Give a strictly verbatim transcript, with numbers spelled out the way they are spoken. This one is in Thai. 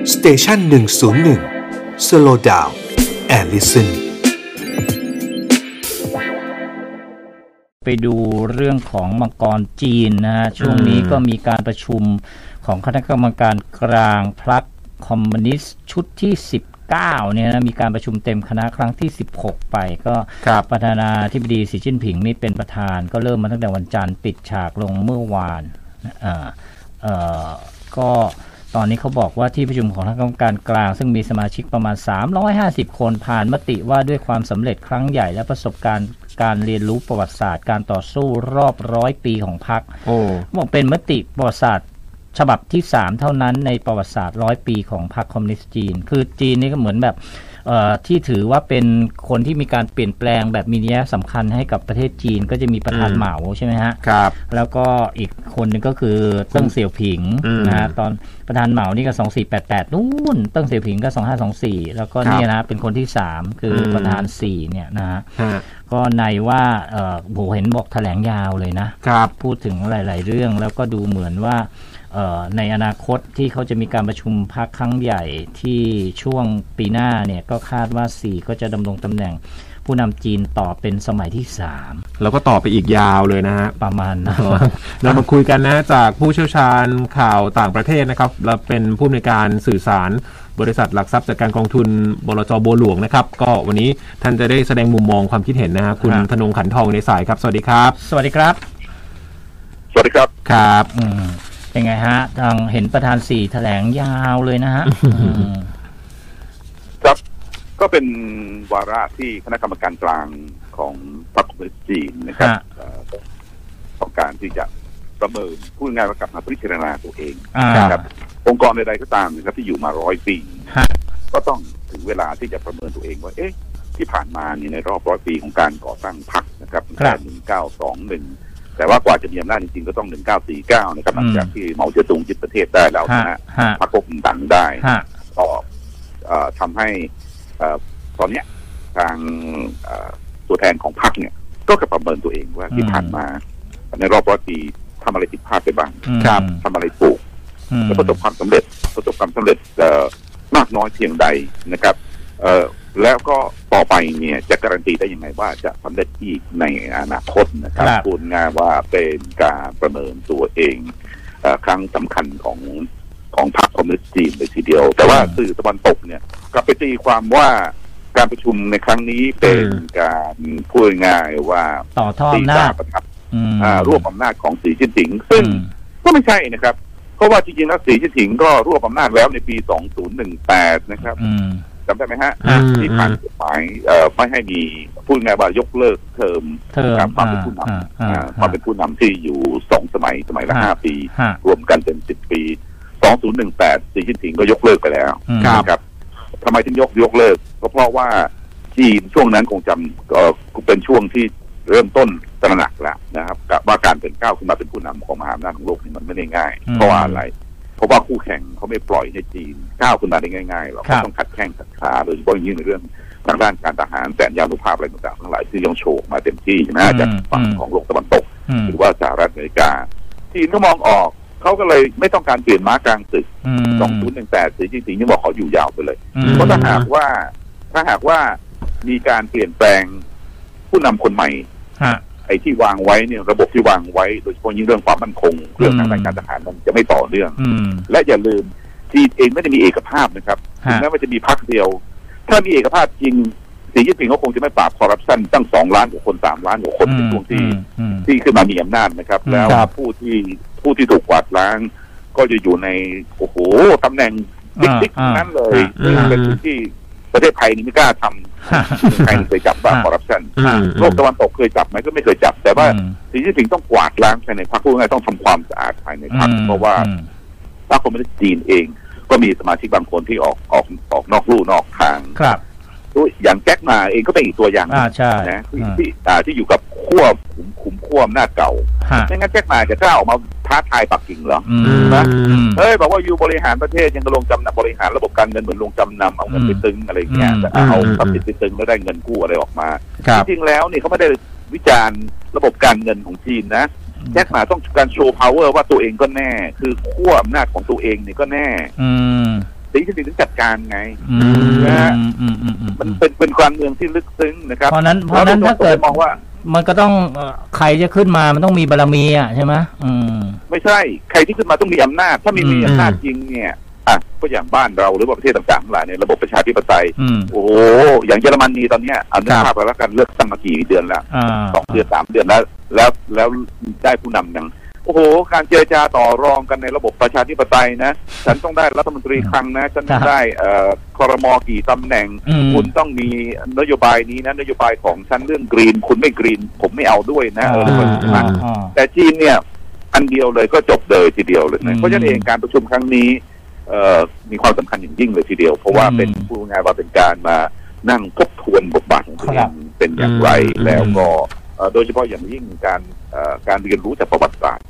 สเตชันหนึ่งศูนย์หนึ่ง Slow Down and Listen ไปดูเรื่องของมังกรจีนนะฮะช่วงนี้ก็มีการประชุมของคณะกรรมการกลางพรรคคอมมิวนิสต์ชุดที่สิบเก้าเนี่ยนะมีการประชุมเต็มคณะครั้งที่สิบหกไปก็ประธานาธิบดีสีจิ้นผิงนี่เป็นประธานก็เริ่มมาตั้งแต่วันจันทร์ปิดฉากลงเมื่อวานอ่าเอ่อก็ตอนนี้เขาบอกว่าที่ประชุมของคณะกรรมการกลางซึ่งมีสมาชิกประมาณสามร้อยห้าสิบคนผ่านมติว่าด้วยความสำเร็จครั้งใหญ่และประสบการณ์การเรียนรู้ประวัติศาสตร์การต่อสู้รอบร้อยปีของพรรคบอกเป็นมติประวัติศาสตร์ฉบับที่สามเท่านั้นในประวัติศาสตร์ร้อยปีของพรรคคอมมิวนิสต์จีนคือจีนนี่ก็เหมือนแบบที่ถือว่าเป็นคนที่มีการเปลี่ยนแปลงแบบมีนัยสำคัญให้กับประเทศจีนก็จะมีประธานเหมาใช่ไหมฮะครับแล้วก็อีกคนนึงก็คือเติ้งเสี่ยวผิงนะฮะตอนประธานเหมานี่ก็สองสี่แปดแปดนู่นเติ้งเสี่ยวผิงก็สองห้าสองสี่แล้วก็นี่นะเป็นคนที่สามคือประธานสี่เนี่ยนะฮะก็ในว่าเอ่อโหเห็นบอกแถลงยาวเลยนะครับพูดถึงหลายๆเรื่องแล้วก็ดูเหมือนว่าในอนาคตที่เขาจะมีการประชุมพรรคครั้งใหญ่ที่ช่วงปีหน้าเนี่ยก็คาดว่าสี่ก็จะดำรงตำแหน่งผู้นำจีนต่อเป็นสมัยที่สามแล้วก็ต่อไปอีกยาวเลยนะฮะประมาณนั้นเรามาคุยกันนะจากผู้เชี่ยวชาญข่าวต่างประเทศนะครับเราเป็นผู้อำนวยการสื่อสารบริษัทหลักทรัพย์จัดการกองทุนบลจ.บัวหลวงนะครับก็วันนี้ท่านจะได้แสดงมุมมองความคิดเห็นนะฮะคุณธนงขันทองในสายครับสวัสดีครับสวัสดีครับสวัสดีครับครับเป็นไงฮะทางเห็นประธานสี่แถลงยาวเลยนะฮะครับก็เป็นวาระที่คณะกรรมการกลางของพรรคคอมมิวนิสต์จีนนะครับต้องการที่จะประเมินพูดง่ายๆว่ากลับมาพิจารณาตัวเองนะครับองค์กรใดๆก็ตามนะครับที่อยู่มาร้อยปีก็ต้องถึงเวลาที่จะประเมินตัวเองว่าเอ๊ะที่ผ่านมานี่ในรอบร้อยปีของการก่อตั้งพรรคนะครับตั้งแต่หนึ่งเก้าสองหนึ่งแต่ว่ากว่าจะมีอำนาจจริงๆก็ต้องหนึ่งเก้าสี่เก้านะครับหลังจากที่เหมาเจ๋อตุงยึดประเทศได้แล้วนะฮะพรรคควบคุมตังได้ก็ทำให้ตอนนี้ทางตัวแทนของพรรคเนี่ยก็กำลังประเมินตัวเองว่าที่ผ่านมาในรอบร้อยปีทำอะไรผิดพลาดไปบ้างทำอะไรถูกและประสบความสำเร็จประสบความสำเร็จมากน้อยเพียงใดนะครับแล้วก็ต่อไปเนี่ยจะการันตีได้ยังไงว่าจะสำเร็จอีกในอนาคตนะครับพูดง่ายว่าเป็นการประเมินตัวเองครั้งสำคัญของของพรรคคอมมิวนิสต์จีนเลยทีเดียวแต่ว่าสื่อตะวันตกเนี่ยกลับไปตีความว่าการประชุมในครั้งนี้เป็นการพูดง่ายว่าต่อทอดอำนาจรวบอำนาจของสีจิ้นผิงซึ่งก็ไม่ใช่นะครับเพราะว่าจริงๆแล้วสีจิ้นผิงก็รวบอำนาจแล้วในปีสองพันสิบแปดนะครับจำได้ไหมฮะที่ผ่านกฎหมายไม่ให้มีพูดง่ายว่ายกเลิกเทอมความเป็นผู้นำความเป็นผู้นำที่อยู่สองสมัยสมัยละห้าปีรวมกันเป็นสิบปีสองพันสิบแปดสีจิ้นผิงก็ยกเลิกไปแล้วนะครับทำไมถึงยกยกเลิกก็เพราะว่าจีนช่วงนั้นคงจำก็เป็นช่วงที่เริ่มต้นตระหนักแล้วนะครับว่าการเป็นก้าวขึ้นมาเป็นผู้นำของมหาอำนาจของโลกนี่มันไม่ได้ง่ายเพราะว่าอะไรเพราะว่าคู่แข่งเขาไม่ปล่อยให้จีนก้าวขึ้นมาได้ง่ายๆหรอกเขาต้องขัดแข้งขัดขาโดยเฉพาะยิ่งในเรื่องทางด้านการทหารแสนยานุภาพอะไรต่างๆทั้งหลายที่ยังโชว์มาเต็มที่ใช่ไหมจากฝั่งของโลกตะวันตกหรือว่าสหรัฐอเมริกาจีนก็มองออกเขาก็เลยไม่ต้องการเปลี่ยนม้ากลางศึกสองพันสิบแปดสีจิ้นผิงนี่บอกเขาอยู่ยาวไปเลยเพราะถ้าหากว่าถ้าหากว่ามีการเปลี่ยนแปลงผู้นำคนใหม่ไอ้ที่วางไว้เนี่ยระบบที่วางไว้โดยเฉพาะยิ่งเรื่องความมั่นคงเรื่องทางด้านการทหารมันจะไม่ต่อเนื่องและอย่าลืมจีนเองไม่ได้มีเอกภาพนะครับถึงแม้ว่าจะมีพรรคเดียวถ้ามีเอกภาพจริงสีจิ้นผิงเขาคงจะไม่ปราบคอร์รัปชันตั้งสองล้านกว่าคนสามล้านกว่าคนในช่วงที่ที่ขึ้นมามีอำนาจนะครับแล้วผู้ที่ผู้ที่ถูกกวาดล้างก็จะอยู่ในโอ้โหตำแหน่งบิ๊กๆนั้นเลยเป็นที่ประเทศไทยนี่ไม่กล้าทำใครเคยจับบ้างคอร์รัปชันโลกตะวันตกเคยจับไหมก็ไม่เคยจับแต่ว่าสีจิ้นผิงต้องกวาดล้างภายในพรรคพูดง่ายต้องทำความสะอาดภายในพรรคเพราะว่าพรรคคอมมิวนิสต์จีนเองก็มีสมาชิกบางคนที่ออกออกออกนอกลู่นอกทางอย่างแจ็คหม่าเองก็เป็นอีกตัวอย่างนะที่ที่ที่อยู่กับขั้วขุมขุมขั้วอำนาจเก่าไม่งั้นแจ็คหม่าจะกล้าออกมาท้าทายปักกิ่งเหรอนะเฮ้ยบอกว่าอยู่บริหารประเทศยังลงจำนำบริหารระบบการเงินเหมือนลงจำนำเอาเงินไปตึงอะไรเงี้ยแต่เอาทรัพย์สินไปตึงแล้วได้เงินกู้อะไรออกมาจริงๆแล้วนี่เขาไม่ได้วิจารณ์ระบบการเงินของจีนนะแจ็คหม่าต้องการโชว์ power ว่าตัวเองก็แน่คือขั้วอำนาจของตัวเองนี่ก็แน่สีจิ้นผิงถึงจัดการไงอืมนะฮะอืมอืมอืมมันเป็นเป็นการเมืองที่ลึกซึ้งนะครับเพราะนั้นเพราะนั้นถ้าเกิดมองว่ามันก็ต้องเอ่อใครจะขึ้นมามันต้องมีบารมีอ่ะใช่ไหมอืมไม่ใช่ใครที่ขึ้นมาต้องมีอำนาจถ้ามีมีอำนาจจริงเนี่ยอ่ะก็อย่างบ้านเราหรือว่าประเทศต่างๆทั้งหลายในระบบประชาธิปไตยอืมโอ้โหอย่างเยอรมนีตอนเนี้ยเอาเนื้อภาพไปแล้วกันเลือกตั้งมากี่เดือนแล้วอ่าสองเดือนสามเดือนแล้วแล้วแล้วได้ผู้นำยังโอ้โหการเจรจาต่อรองกันในระบบประชาธิปไตยนะฉันต้องได้รัฐมนตรีคลังนะฉันต้องได้เอ่อครม.กี่ตำแหน่งอืมคุณต้องมีนโยบายนี้นะนโยบายของฉันเรื่องกรีนคุณไม่กรีนผมไม่เอาด้วยนะเอออ่าใช่ไหมอ่าแต่จีนเนี่ยอันเดียวเลยก็จบเลยทีเดียวเลยอืนะมเพราะฉะนั้นเองการประชุมครั้งนี้เอ่อมีความสำคัญอย่างยิ่งเลยทีเดียว เพราะว่าอืมเป็นผู้งานว่าเป็นการมานั่งทบทวนบทบาทของตัวเอครังบเป็นอย่างไรอืมแล้วก็เอ่อโดยเฉพาะอย่างยิ่งการเอ่อการเรียนรู้จากประวัติศาสตร์